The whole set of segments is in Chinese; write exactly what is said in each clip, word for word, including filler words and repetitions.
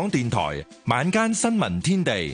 港電台晚間新聞天地，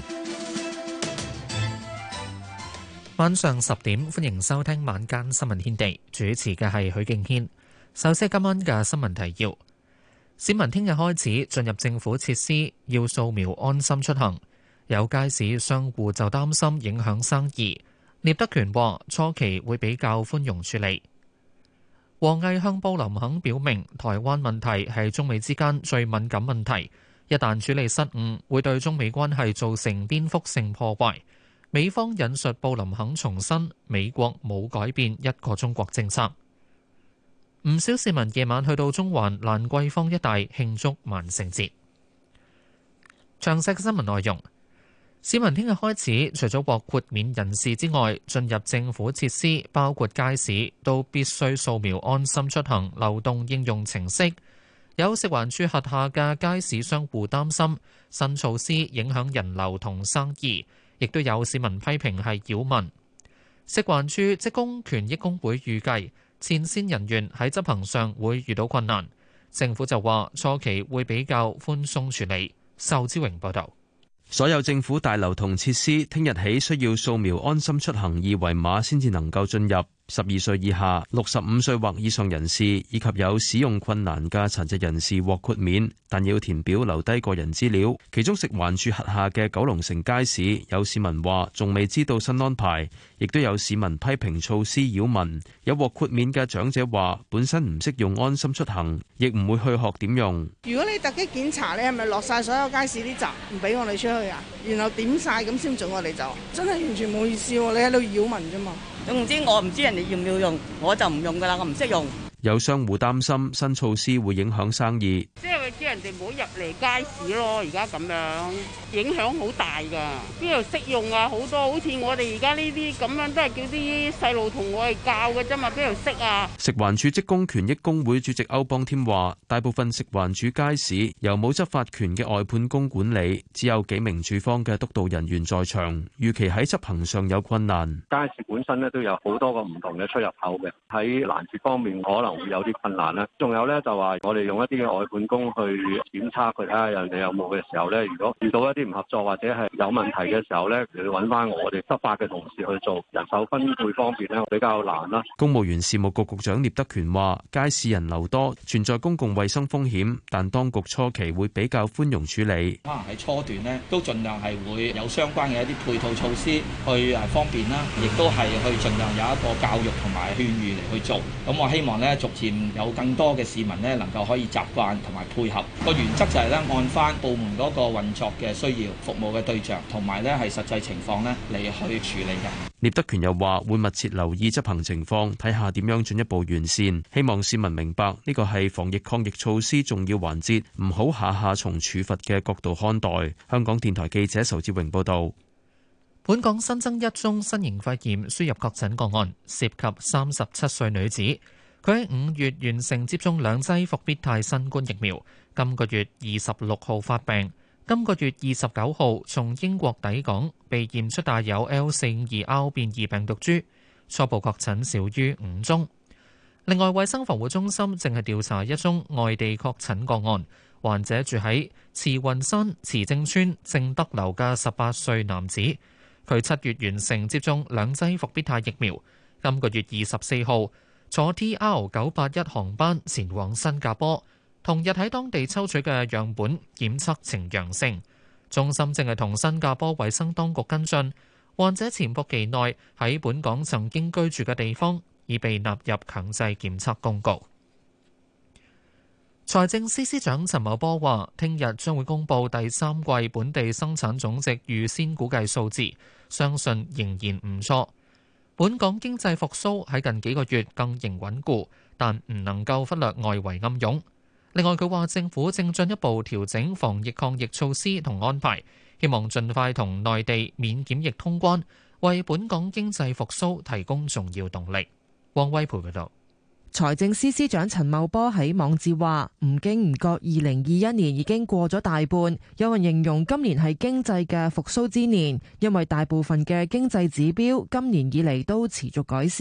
晚上十點歡迎收聽晚間新聞天地，主持嘅係許敬軒。首先今晚嘅新聞提要：市民聽日開始進入政府設施要掃描安心出行，有街市商戶就擔心影響生意。聶德權話初期會比較寬容處理。王毅向布林肯表明，台灣問題係中美之間最敏感問題，一旦處理失誤，會對中美關係造成顛覆性破壞。美方引述布林肯重申，美國冇改變一個中國政策。唔少市民夜晚去到中環蘭桂坊一帶慶祝萬聖節。詳細嘅新聞內容，市民聽日開始，除咗獲豁免人士之外，進入政府設施，包括街市，都必須掃描安心出行流動應用程式。有食環署轄下嘅街市商戶擔心新措施影響人流同生意，亦都有市民批評係擾民。食環署職工權益工會預計前線人員喺執行上會遇到困難，政府就話初期會比較寬鬆處理。仇志榮報導。 所有政府大樓同設施聽日起需要掃描安心出行二維碼先至能夠進入。十二歲以下、六十五歲或以上人士以及有使用困難嘅殘疾人士獲豁免，但要填表留低個人資料。其中食環署轄下嘅九龍城街市，有市民話仲未知道新安排，亦都有市民批評措施擾民。有獲豁免嘅長者話本身唔識用安心出行，亦唔會去學點用。 如果你突擊檢查，你係咪落晒所有街市啲閘唔俾我哋出去啊？然後點晒咁先准我哋走？真係完全冇意思喎！你喺度擾民啫嘛。 總之我唔知人哋要唔要用，我就唔用噶啦，我唔識用。 有商戶擔心新措施會影響生意， 即係叫人哋唔好入嚟街市咯。而家咁樣影響好大㗎，邊度識用啊？好多好似我哋而家呢啲咁樣都係叫啲細路同我哋教嘅啫嘛，邊度識啊？ 食環署職工權益工會主席歐邦添話，大部分食環署街市由冇執法權嘅外判工管理，只有幾名署方嘅督導人員在場，預期喺執行上有困難。 街市本身咧都有好多個唔同嘅出入口嘅，喺攔截方面可能會有啲困難啦。仲有咧就話我哋用一啲嘅外判工去檢測佢，睇下人哋有冇嘅時候咧，如果遇到一啲唔合作或者係有問題嘅時候咧，要揾翻我哋執法嘅同事去做。人手分配方面咧比較難啦。 公務員事務局局長聶德權話，街市人流多，存在公共衛生風險，但當局初期會比較寬容處理。 可能喺初段咧，都盡量係會有相關嘅一啲配套措施去誒方便啦，亦都係去盡量有一個教育同埋勸喻嚟去做。咁我希望咧，逐漸有更多嘅市民咧能夠可以習慣同埋配合。個原則就係咧，按翻部門嗰個運作嘅需要、服務嘅對象同埋咧係實際情況咧嚟去處理嘅。 聶德權又話會密切留意執行情況，睇下點樣進一步完善。希望市民明白呢個係防疫抗疫措施重要環節，唔好下下從處罰嘅角度看待。香港電台記者仇志榮報導。 本港新增一宗新型肺炎輸入確診個案，涉及三十七歲女子。佢喺五月完成接種兩劑復必泰新冠疫苗，今個月二十六號發病，今個月二十九號從英國抵港，被驗出帶有 L 四五二 R 變異病毒株，初步確診少於五宗。另外，衛生防護中心正係調查一宗外地確診個案，患者住喺慈雲山慈正村正德樓嘅十八歲男子，佢七月完成接種兩劑復必泰疫苗，今個月二十四號坐 T R 九八一航班前往新加坡，同日喺當地抽取嘅樣本檢測呈陽性。中心正係同新加坡衛生當局跟進，患者潛伏期內喺本港曾經居住嘅地方，已被納入強制檢測公告。財政司司長陳茂波話，聽日將會公布第三季本地生產總值預先估計數字，相信仍然唔錯。本港經濟復甦喺近幾個月更形穩固，但唔能夠忽略外圍暗湧。另外，佢話政府正進一步調整防疫抗疫措施同安排，希望盡快同內地免檢疫通關，為本港經濟復甦提供重要動力。汪威培報道。 財政司司長陳茂波喺網誌話：唔經唔覺，二零二一年已經過咗大半。有人形容今年係經濟嘅復甦之年，因為大部分嘅經濟指標今年以嚟都持續改善。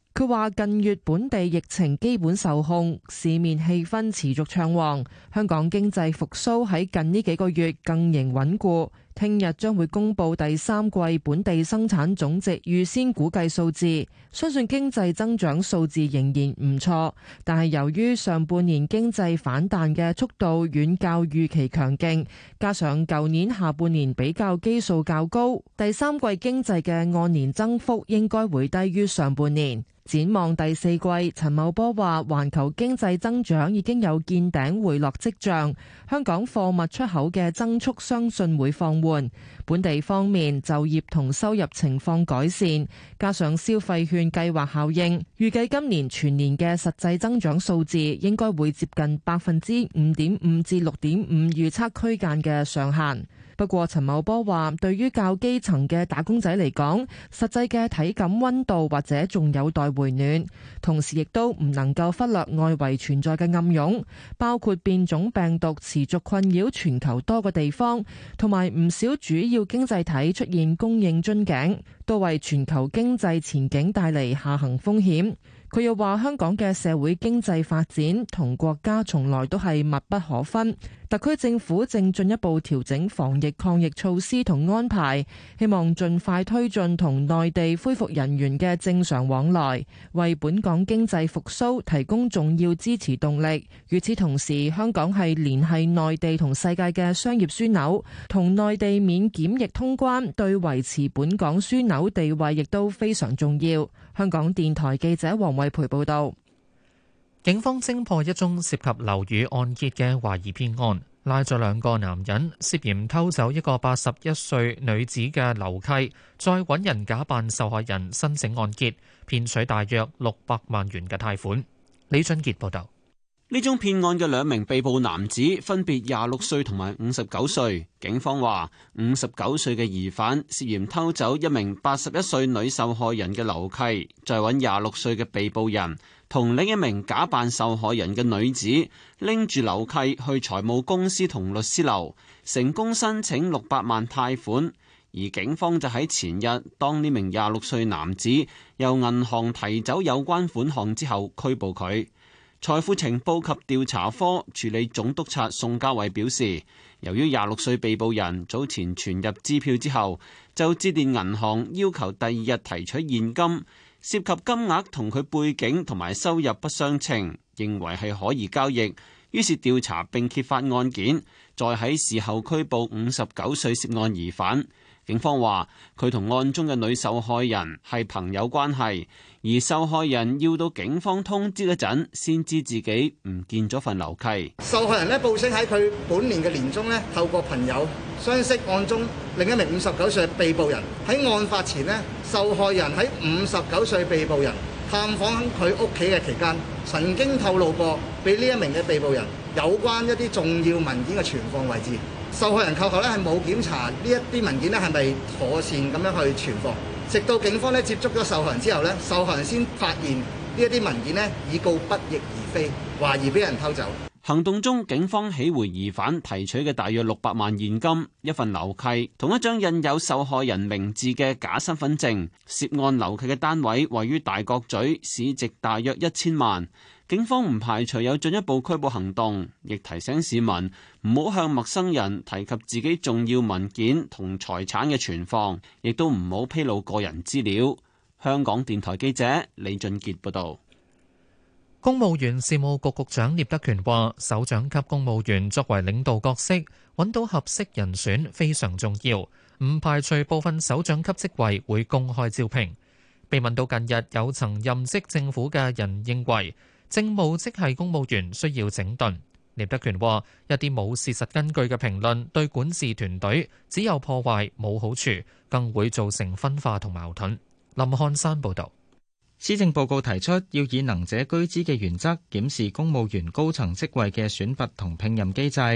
佢話近月本地疫情基本受控，市面氣氛持續暢旺，香港經濟復甦喺近呢幾個月更形穩固。聽日將會公布第三季本地生產總值預先估計數字，相信經濟增長數字仍然唔錯，但係由於上半年經濟反彈嘅速度遠較預期強勁，加上舊年下半年比較基數較高，第三季經濟嘅按年增幅應該會低於上半年。展望第四季，陳茂波話環球經濟增長已經有見頂回落跡象，香港貨物出口嘅增速相信會放緩，本地方面就業同收入情況改善，加上消費券計劃效應，預計今年全年嘅實際增長數字應該會接近百分之五點五至六點五預測區間嘅上限。不過陳茂波話，對於較基層嘅打工仔嚟講，實際嘅體感溫度或者仲有待回暖，同時亦都唔能夠忽略外圍存在嘅暗湧，包括變種病毒持續困擾全球多個地方，同埋唔少主要經濟體出現供應樽頸，都為全球經濟前景帶嚟下行風險。佢又話香港嘅社會經濟發展同國家從來都係密不可分，特區政府正進一步調整防疫抗疫措施同安排，希望盡快推進同內地恢復人員嘅正常往來，為本港經濟復甦提供重要支持動力。與此同時，香港係聯繫內地同世界嘅商業樞紐，同內地免檢疫通關對維持本港樞紐地位亦都非常重要。香港電台記者黃惠培報道， 警方偵破一宗涉及樓宇按揭嘅懷疑騙案，拉咗兩個男人涉嫌偷走一個八十一歲女子嘅樓契，再揾人假扮受害人申請按揭，騙取大約六百萬元嘅貸款。李俊傑報道。 呢宗騙案嘅兩名被捕男子分別廿六歲同埋五十九歲。警方話，五十九歲嘅疑犯涉嫌偷走一名八十一歲女受害人嘅樓契，再揾廿六歲嘅被捕人同另一名假扮受害人嘅女子拎住樓契去財務公司同律師樓，成功申請六百萬貸款。而警方就喺前日，當呢名廿六歲男子由銀行提走有關款項之後，拘捕佢。財富情報及調查科處理總督察宋家偉表示，由於廿六歲被捕人早前存入支票之後，就致電銀行要求第二日提取現金，涉及金額同佢背景同埋收入不相稱，認為係可疑交易，於是調查並揭發案件，再喺事後拘捕五十九歲涉案疑犯。警方話佢同案中嘅女受害人係朋友關係，而受害人要到警方通知嗰陣，先知自己唔見咗份樓契。 受害人咧報稱喺佢本年嘅年中咧，透過朋友相識案中另一名五十九歲被捕人。喺案發前咧，受害人喺五十九歲被捕人探訪佢屋企嘅期間，曾經透露過俾呢一名嘅被捕人有關一啲重要文件嘅存放位置。受害人扣後咧係冇檢查呢一啲文件咧係咪妥善咁樣去存放，直到警方咧接觸咗受害人之後咧，受害人先發現呢一啲文件咧已告不翼而飛，懷疑俾人偷走。 行動中，警方起回疑犯提取嘅大約六百萬現金、一份樓契同一張印有受害人名字嘅假身份證。涉案樓契嘅單位位於大角咀，市值大約一千萬。警方唔排除有進一步拘捕行動，亦提醒市民唔好向陌生人提及自己重要文件同財產嘅存放，亦都唔好披露個人資料。香港電台記者李俊傑報道。 公務員事務局局長聶德權話，首長級公務員作為領導角色，揾到合適人選非常重要，唔排除部分首長級職位會公開招聘。被問到近日有曾任職政府嘅人認為政務職系公務員需要整頓，聶德權話，一啲冇事實根據嘅評論對管治團隊只有破壞冇好處，更會造成分化同矛盾。林漢山報導。 施政報告提出要以能者居之嘅原則檢視公務員高層職位嘅選拔同聘任機制。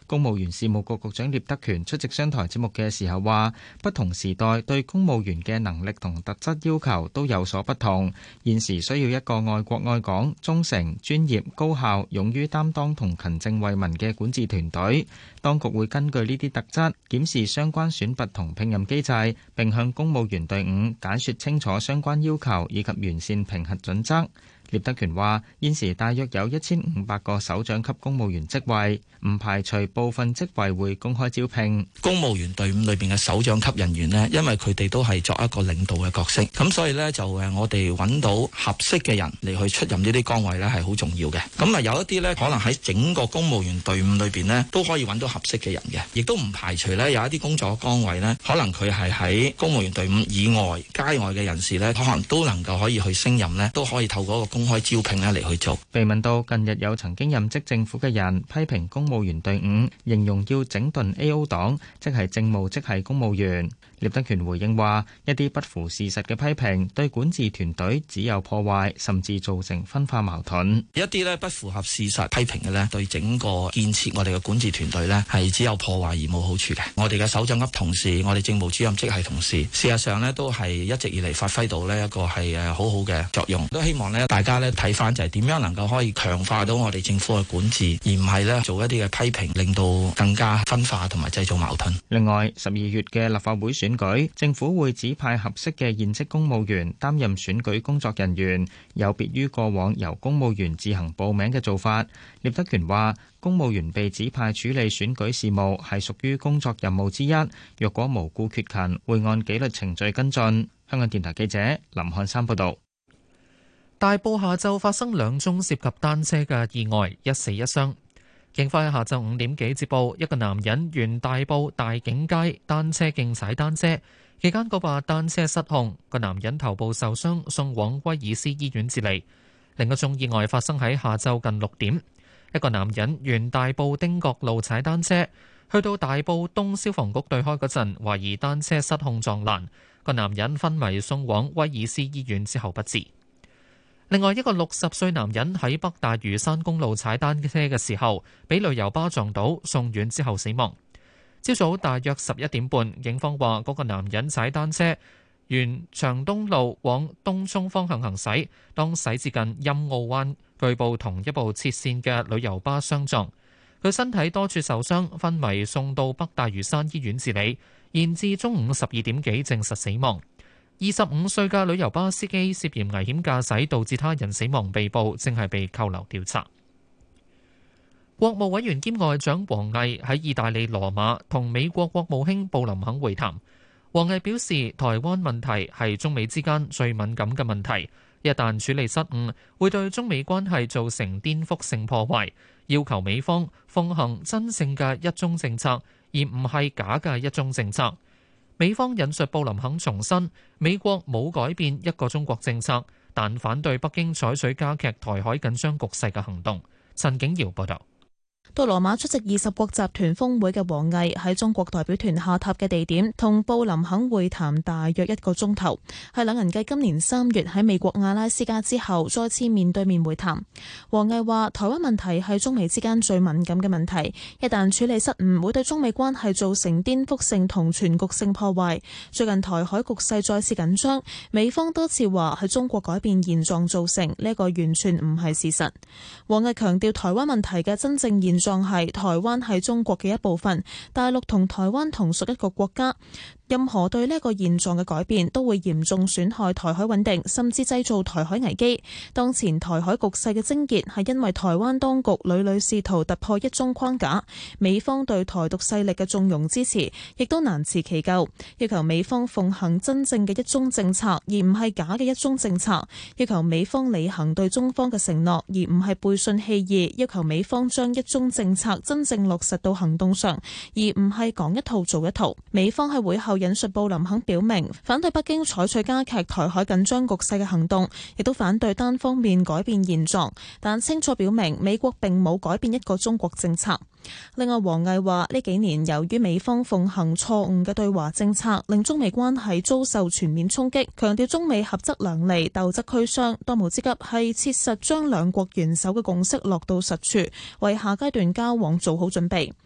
公務員事務局局長聶德權出席商台節目嘅時候話，不同時代對公務員嘅能力同特質要求都有所不同，現時需要一個愛國愛港、忠誠、專業、高效、勇於擔當同勤政為民嘅管治團隊。當局會根據呢啲特質檢視相關選拔同聘任機制，並向公務員隊伍解說清楚相關要求以及完善評核準則。聶德權話：現時大約有一千五百個首長級公務員職位，唔排除部分職位會公開招聘。 公務員隊伍裏邊嘅首長級人員呢，因為佢哋都係作一個領導嘅角色，咁所以呢，就誒我哋揾到合適嘅人嚟去出任呢啲崗位呢係好重要嘅。咁啊有一啲呢，可能喺整個公務員隊伍裏邊呢，都可以揾到合適嘅人嘅，亦都唔排除呢，有一啲工作崗位呢，可能佢係喺公務員隊伍以外、街外嘅人士呢，可能都能夠可以去升任呢，都可以透過一個公開招聘呢嚟去做。 被問到近日有曾經任職政府嘅人批評公務員隊伍，形容要整頓 A O 黨，即係政務即係公務員。聶德權回應話：一啲不符事實嘅批評，對管治團隊只有破壞，甚至造成分化矛盾。 一啲呢不符合事實批評嘅呢，對整個建設我哋嘅管治團隊呢，係只有破壞而冇好處嘅。我哋嘅首長級同事，我哋政務主任職系同事，事實上呢，都係一直以嚟發揮到呢一個係誒好好嘅作用。都希望呢，大家呢睇翻就係點樣能夠可以強化到我哋政府嘅管治，而唔係呢做一啲嘅批評，令到更加分化同埋製造矛盾。 另外，十二月嘅立法會選舉，政府會指派合適嘅現職公務員擔任選舉工作人員，有別於過往由公務員自行報名嘅做法。聶德權話：公務員被指派處理選舉事務係屬於工作任務之一，若果無故缺勤，會按紀律程序跟進。香港電台記者林漢山報導。 大埔下晝發生兩宗涉及單車嘅意外，一死一傷。警方喺下晝五點幾接報，一個男人沿大埔大景街單車徑踩單車，期間嗰把單車失控，個男人頭部受傷，送往威爾斯醫院治理。另一宗意外發生喺下晝近六點，一個男人沿大埔汀角路踩單車，去到大埔東消防局對開嗰陣，懷疑單車失控撞欄，個男人昏迷送往威爾斯醫院之後不治。另外一個六十歲男人喺北大嶼山公路踩單車嘅時候，俾旅遊巴撞到，送院之後死亡。朝早大約十一點半，警方話嗰個男人踩單車沿長東路往東涌方向行駛，當駛至近陰澳灣，據報同一部切線嘅旅遊巴相撞，佢身體多處受傷，昏迷送到北大嶼山醫院治理，延至中午十二點幾證實死亡。二十五歲嘅旅遊巴司機涉嫌危險駕駛導致他人死亡被捕，正係被扣留調查。國務委員兼外長王毅喺意大利羅馬同美國國務卿布林肯會談。王毅表示，台灣問題係中美之間最敏感嘅問題，一旦處理失誤，會對中美關係造成顛覆性破壞，要求美方奉行真正嘅一中政策，而唔係假嘅一中政策。美方引述布林肯重申，美國冇改變一個中國政策，但反對北京採取加劇台海緊張局勢嘅行動。陳景堯報道。 到羅馬出席二十國集團峰會嘅王毅喺中國代表團下榻嘅地點同布林肯會談大約一個鐘頭，係兩人繼今年三月喺美國阿拉斯加之後再次面對面會談。王毅話：台灣問題係中美之間最敏感嘅問題，一旦處理失誤，會對中美關係造成顛覆性同全局性破壞。最近台海局勢再次緊張，美方多次話係中國改變現狀造成，呢、這個完全唔係事實。王毅強調台灣問題嘅真正現狀係台灣係中國嘅一部分，大陸同台灣同屬一個國家。任何對呢個現狀嘅改變都會嚴重損害台海穩定，甚至製造台海危機。當前台海局勢嘅症結係因為台灣當局屢屢試圖突破一中框架，美方對台獨勢力嘅縱容支持亦都難辭其咎。要求美方奉行真正嘅一中政策，而唔係假嘅一中政策。要求美方履行對中方嘅承諾，而唔係背信棄義。要求美方將一中政策真正落實到行動上，而唔係講一套做一套。美方喺會後引述布林肯表明，反對北京採取加劇台海緊張局勢嘅行動，亦都反對單方面改變現狀，但清楚表明美國並冇改變一個中國政策。另外，王毅話呢幾年由於美方奉行錯誤嘅對華政策，令中美關係遭受全面衝擊，強調中美合則兩利，鬥則俱傷，當務之急係切實將兩國元首嘅共識落到實處，為下階段交往做好準備。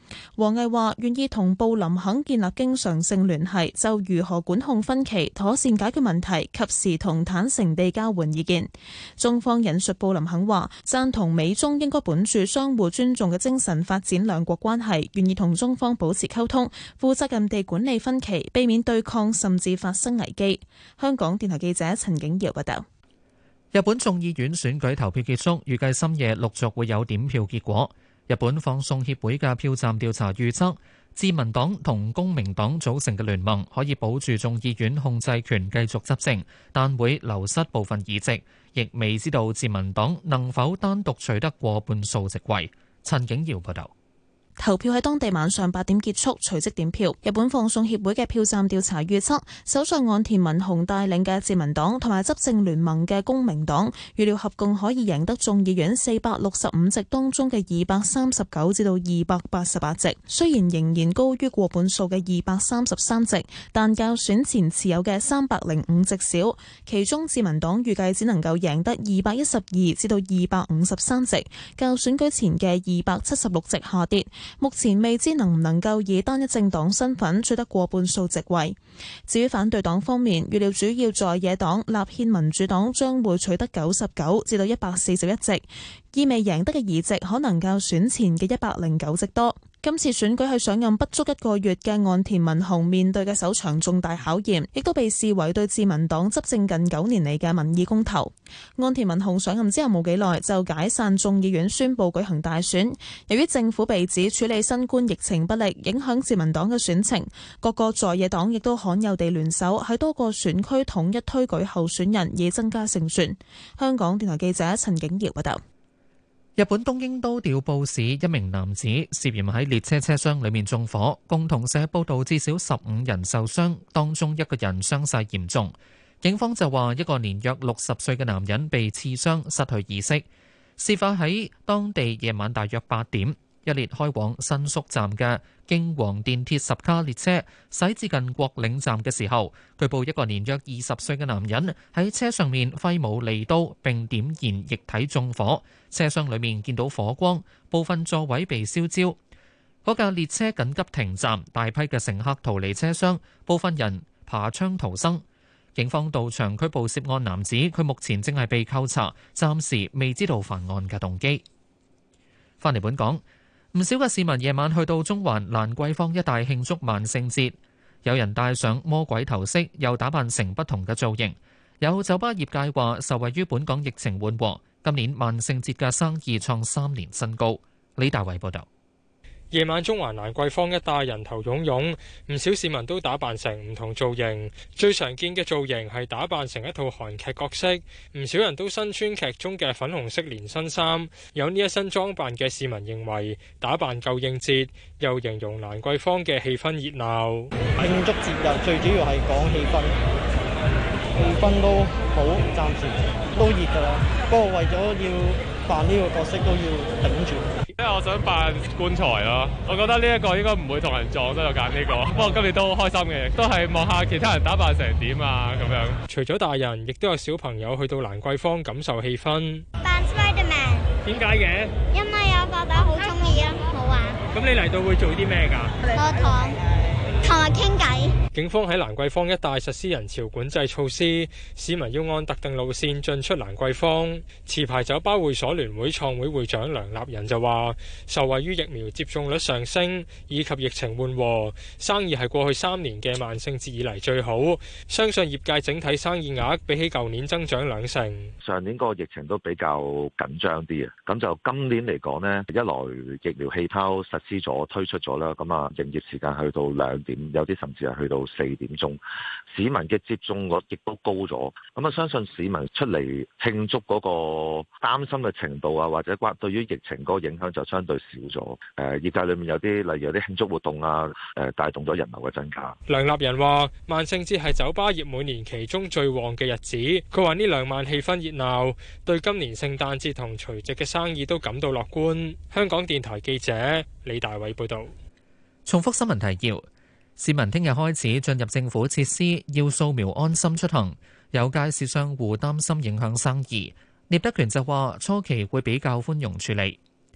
王毅話願意同布林肯建立經常性聯繫，就如何管控分歧、妥善解決問題，及時同坦誠地交換意見。中方引述布林肯話，贊同美中應該本住相互尊重嘅精神發展兩國關係，願意同中方保持溝通，負責任地管理分歧，避免對抗甚至發生危機。香港電台記者陳景堯報道。 日本眾議院選舉投票結束，預計深夜陸續會有點票結果。日本放送協會嘅票站調查預測，自民黨同公明黨組成嘅聯盟可以保住眾議院控制權繼續執政，但會流失部分議席，亦未知道自民黨能否單獨取得過半數席位。陳景堯報道。 投票喺當地晚上八點結束，隨即點票。日本放送協會嘅票站調查預測，首相岸田文雄帶領嘅自民黨同埋執政聯盟嘅公明黨，預料合共可以贏得眾議院四百六十五席當中嘅二百三十九至到二百八十八席。雖然仍然高於過半數嘅二百三十三席，但較選前持有嘅三百零五席少。其中自民黨預計只能夠贏得二百一十二至到二百五十三席，較選舉前嘅二百七十六席下跌。目前未知能唔能夠以單一政黨身份取得過半數席位。至於反對黨方面，預料主要在野黨立憲民主黨將會取得九十九至到一百四十一席，意味贏得嘅議席可能較選前嘅一百零九席多。今次選舉係上任不足一個月嘅岸田文雄面對嘅首場重大考驗，亦都被視為對自民黨執政近九年嚟嘅民意公投。岸田文雄上任之後冇幾耐就解散眾議院，宣布舉行大選。由於政府被指處理新冠疫情不力，影響自民黨嘅選情，各個在野黨亦都罕有地聯手喺多個選區統一推舉候選人，以增加勝算。香港電台記者陳景堯報道。 日本東京都調布市一名男子涉嫌喺列車車廂裏面縱火，共同社報道至少十五人受傷，當中一個人傷勢嚴重。警方就話一個年約六十歲嘅男人被刺傷，失去意識。事發喺當地夜晚大約八點，一列開往新宿站嘅京王電鐵十卡列車駛至近國領站嘅時候，據報一個年約二十歲嘅男人喺車上面揮舞利刀並點燃液體縱火，車廂裏面見到火光，部分座位被燒焦。嗰架列車緊急停站，大批嘅乘客逃離車廂，部分人爬窗逃生。警方到場拘捕涉案男子，佢目前正係被扣查，暫時未知道犯案嘅動機。翻嚟本港，唔少嘅市民夜晚去到中環蘭桂坊一帶慶祝萬聖節，有人戴上魔鬼頭飾，又打扮成不同嘅造型。有酒吧業界話，受惠於本港疫情緩和，今年萬聖節嘅生意創三年新高。李大偉報導。 夜晚中環蘭桂坊一帶人頭湧湧，唔少市民都打扮成唔同造型。最常見嘅造型係打扮成一套韓劇角色，唔少人都身穿劇中嘅粉紅色連身衫。有呢一身裝扮嘅市民認為打扮夠應節，又形容蘭桂坊嘅氣氛熱鬧。 慶祝節日最主要係講氣氛，氣氛都好，暫時都熱㗎啦。不過為咗要扮呢個角色都要頂住。 因為我想扮棺材咯，我覺得呢一個應該唔會同人撞，所以就揀呢個。不過今年都好開心嘅，都係望下其他人打扮成點啊咁樣。 除咗大人，亦都有小朋友去到蘭桂坊感受氣氛。 扮 Spiderman。 點解嘅？ 因為我覺得好中意啊，好玩。 咁你嚟到會做啲咩㗎？ 攞糖。同埋傾偈。 警方喺蘭桂坊一帶實施人潮管制措施，市民要按特定路線進出蘭桂坊。持牌酒吧會所聯會創會會長梁立仁就話，受惠於疫苗接種率上升以及疫情緩和，生意係過去三年嘅萬聖節以嚟最好。相信業界整體生意額比起舊年增長兩成。 上年個疫情都比較緊張啲啊，咁就今年嚟講呢，一來疫苗氣泡實施咗推出咗啦，咁啊營業時間去到兩點。有啲甚至係去到四點鐘，市民嘅接種率亦都高咗。咁啊，相信市民出嚟慶祝嗰個擔心嘅程度啊，或者關對於疫情嗰個影響就相對少咗。誒，業界裏面有啲例如有啲慶祝活動啊，誒帶動咗人流嘅增加。 梁立仁話：萬聖節係酒吧業每年其中最旺嘅日子。佢話呢兩晚氣氛熱鬧，對今年聖誕節同除夕嘅生意都感到樂觀。香港電台記者李大偉報導。 重複新聞提要。市民聽日開始進入政府設施要掃描安心出行，有街市商戶擔心影響生意。聶德權就話初期會比較寬容處理。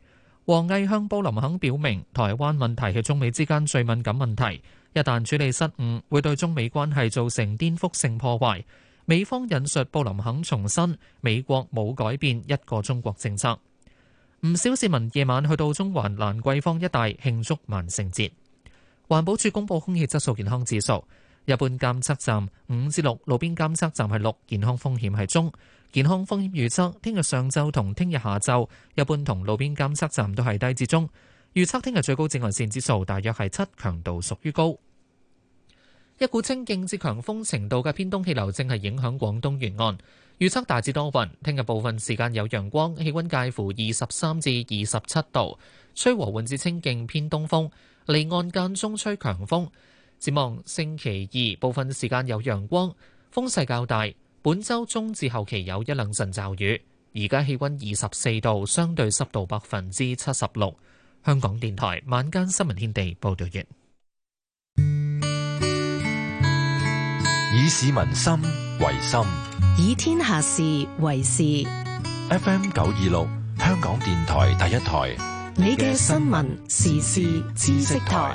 王毅向布林肯表明，台灣問題係中美之間最敏感問題，一旦處理失誤，會對中美關係造成顛覆性破壞。美方引述布林肯重申，美國冇改變一個中國政策。唔少市民夜晚去到中環蘭桂坊一帶慶祝萬聖節。環保署公布空氣質素健康指數，一般監測站五至六，路邊監測站係六，健康風險係中。健康風險預測，聽日上晝同聽日下晝，一般同路邊監測站都係低至中。預測聽日最高紫外線指數大約係七，強度屬於高。一股清勁至強風程度嘅偏東氣流正係影響廣東沿岸，預測大致多雲，聽日部分時間有陽光，氣溫介乎二十三至二十七度，吹和緩至清勁偏東風，離岸間中吹強風。展望星期二部分時間有陽光，風勢較大。本週中至後期有一兩陣驟雨。而家氣溫二十四度，相對濕度百分之七十六。香港電台晚間新聞天地報道完。 以市民心為心， 以天下事為事。 F M 九二六，香港電台第一台， 你嘅新聞時事知識台。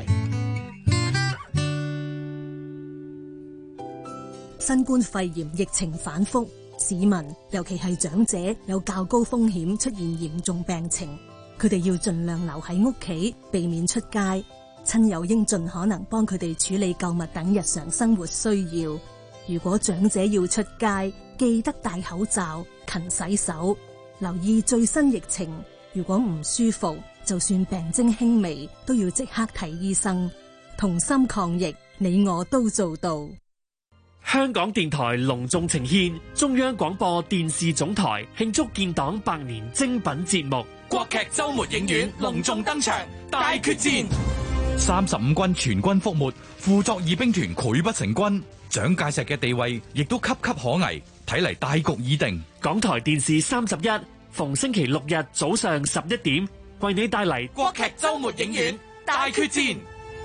新冠肺炎疫情反覆，市民尤其係長者有較高風險出現嚴重病情，佢哋要盡量留喺屋企，避免出街。親友應盡可能幫佢哋處理購物等日常生活需要。如果長者要出街，記得戴口罩、勤洗手，留意最新疫情。如果唔舒服，就算病徵輕微，都要即刻睇醫生。同心抗疫，你我都做到。 香港電台隆重呈獻中央廣播電視總台慶祝建黨百年精品節目《 國劇周末影院》隆重登場，大決戰。 三十五軍全軍覆沒，傅作義兵團潰不成軍，蔣介石嘅地位亦都岌岌可危，睇嚟大局已定。 港台電視三十一，逢星期六日早上十一點，為你帶嚟國劇周末影院大決戰。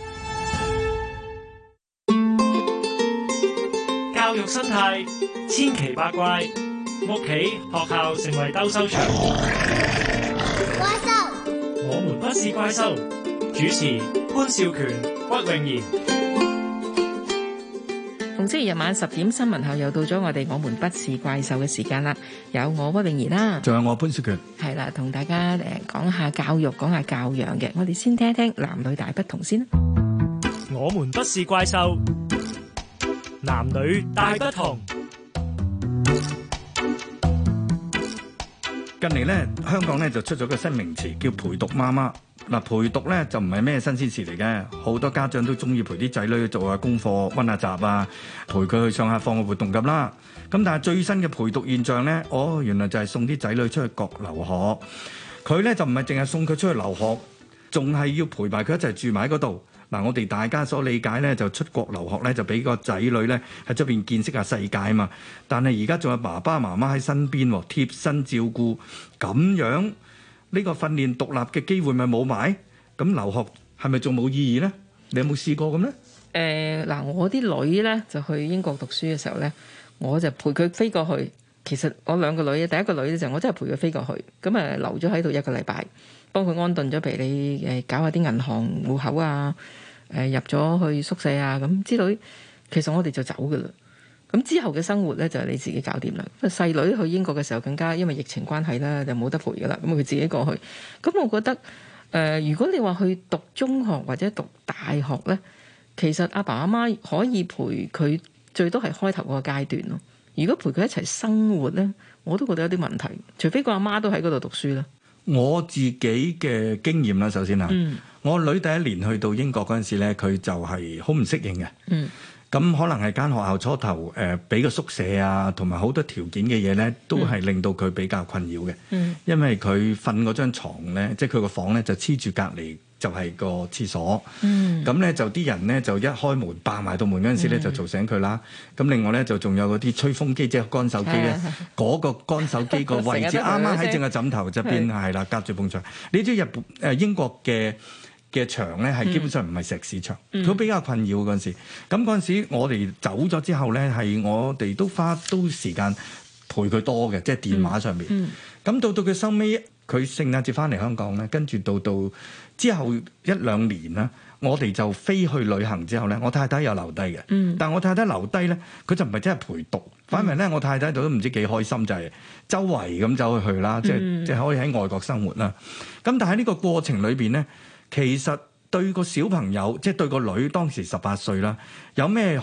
教育生態千奇百怪，屋企學校成為鬥獸場。 怪獸， 我們不是怪獸。主持潘少權、屈穎妍。 逢星期日晚十點新聞後，又到咗我哋我們不是怪獸嘅時間啦。有我屈穎妍啦， 仲有我潘少權。 係啦，同大家誒講下教育，講下教養嘅。我哋先聽聽男女大不同先啦。 我們不是怪獸。男女大不同。 近嚟咧，香港咧就出咗個新名詞，叫陪讀媽媽。嗱，陪讀咧就唔係咩新鮮事嚟嘅，好多家長都中意陪啲仔女做下功課、溫下習啊，陪佢去上下課嘅活動咁啦。咁但係最新嘅陪讀現象咧，哦，原來就係送啲仔女出去國留學。佢咧就唔係淨係送佢出去留學，仲係要陪埋佢一齊住埋喺嗰度。嗱，我哋大家所理解咧，就出國留學咧，就俾個仔女咧喺出邊見識下世界啊嘛。但係而家仲有爸爸媽媽喺身邊，貼身照顧，咁樣呢個訓練獨立嘅機會咪冇埋？咁留學係咪仲冇意義咧？你有冇試過咁咧？ 誒嗱、呃，我啲女咧就去英國讀書嘅時候咧，我就陪佢飛過去。其實我兩個女，第一個女咧就我真係陪佢飛過去，咁誒留咗喺度一個禮拜，幫佢安頓咗，譬如你誒搞下啲銀行戶口啊。誒入咗去宿舍啊，咁之類，其實我哋就走噶啦。咁之後嘅生活咧就係你自己搞掂啦。細女去英國嘅時候更加，因為疫情關係啦，就冇得陪噶啦。咁佢自己過去。咁我覺得誒、呃，如果你話去讀中學或者讀大學咧，其實阿爸阿媽可以陪佢，最多係開頭嗰個階段咯。如果陪佢一齊生活咧，我都覺得有啲問題。除非個阿媽都喺嗰度讀書啦。 我自己嘅經驗啦，首先啊，嗯、我女第一年去到英國嗰陣時咧，佢就係好唔適應嘅。嗯，咁可能係間學校初頭誒俾個宿舍啊，同埋好多條件嘅嘢咧，都係令到佢比較困擾嘅。嗯，因為佢瞓嗰張牀咧，即係佢個房咧就黐住隔離。就係個廁所，咁咧、嗯、就啲人咧就一開門爆埋道門嗰陣時咧就嘈醒佢啦。咁、嗯、另外咧就仲有嗰啲吹風機，即係乾手機咧，嗰個乾手機個位置啱啱喺正個枕頭側邊，係啦，隔住埲牆。你知日本誒英國嘅嘅牆咧係基本上唔係石屎牆，佢、嗯、比較困擾嗰陣時。咁嗰陣時我哋走咗之後咧，係我哋都花都時間陪佢多嘅，即係電話上面。咁、嗯嗯、到到佢收尾。 佢聖誕節翻嚟香港咧，跟住到到之後一兩年啦，我哋就飛去旅行之後咧，我太太又留低嘅。嗯，但係我太太留低咧，佢就唔係真係陪讀，反為咧我太太都唔知幾開心，就係、是、周圍咁走去去啦，即係即係可以喺外國生活啦。咁但係呢個過程裏邊咧，其實對個小朋友，即係對個女當時十八歲啦，有咩